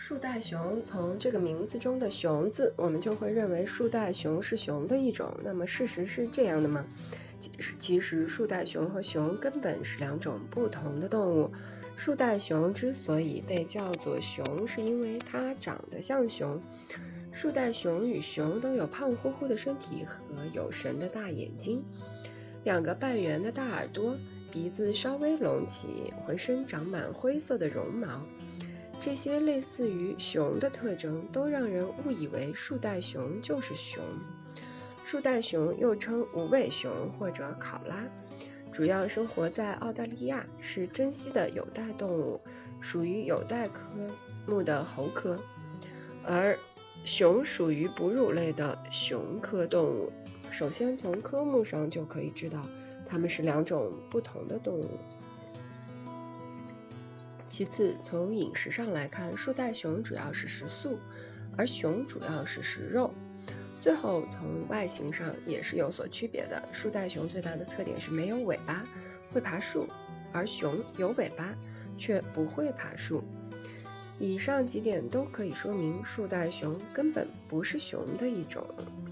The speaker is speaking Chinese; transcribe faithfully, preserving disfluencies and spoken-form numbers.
树袋熊，从这个名字中的熊字，我们就会认为树袋熊是熊的一种。那么事实是这样的吗？其实，其实树袋熊和熊根本是两种不同的动物。树袋熊之所以被叫做熊，是因为它长得像熊。树袋熊与熊都有胖乎乎的身体和有神的大眼睛，两个半圆的大耳朵，鼻子稍微隆起，浑身长满灰色的绒毛。这些类似于熊的特征都让人误以为树袋熊就是熊。树袋熊又称无尾熊或者考拉，主要生活在澳大利亚，是珍稀的有袋动物，属于有袋科目的猴科，而熊属于哺乳类的熊科动物。首先从科目上就可以知道，它们是两种不同的动物。其次，从饮食上来看，树袋熊主要是食素，而熊主要是食肉。最后，从外形上也是有所区别的。树袋熊最大的特点是没有尾巴，会爬树，而熊有尾巴，却不会爬树。以上几点都可以说明树袋熊根本不是熊的一种。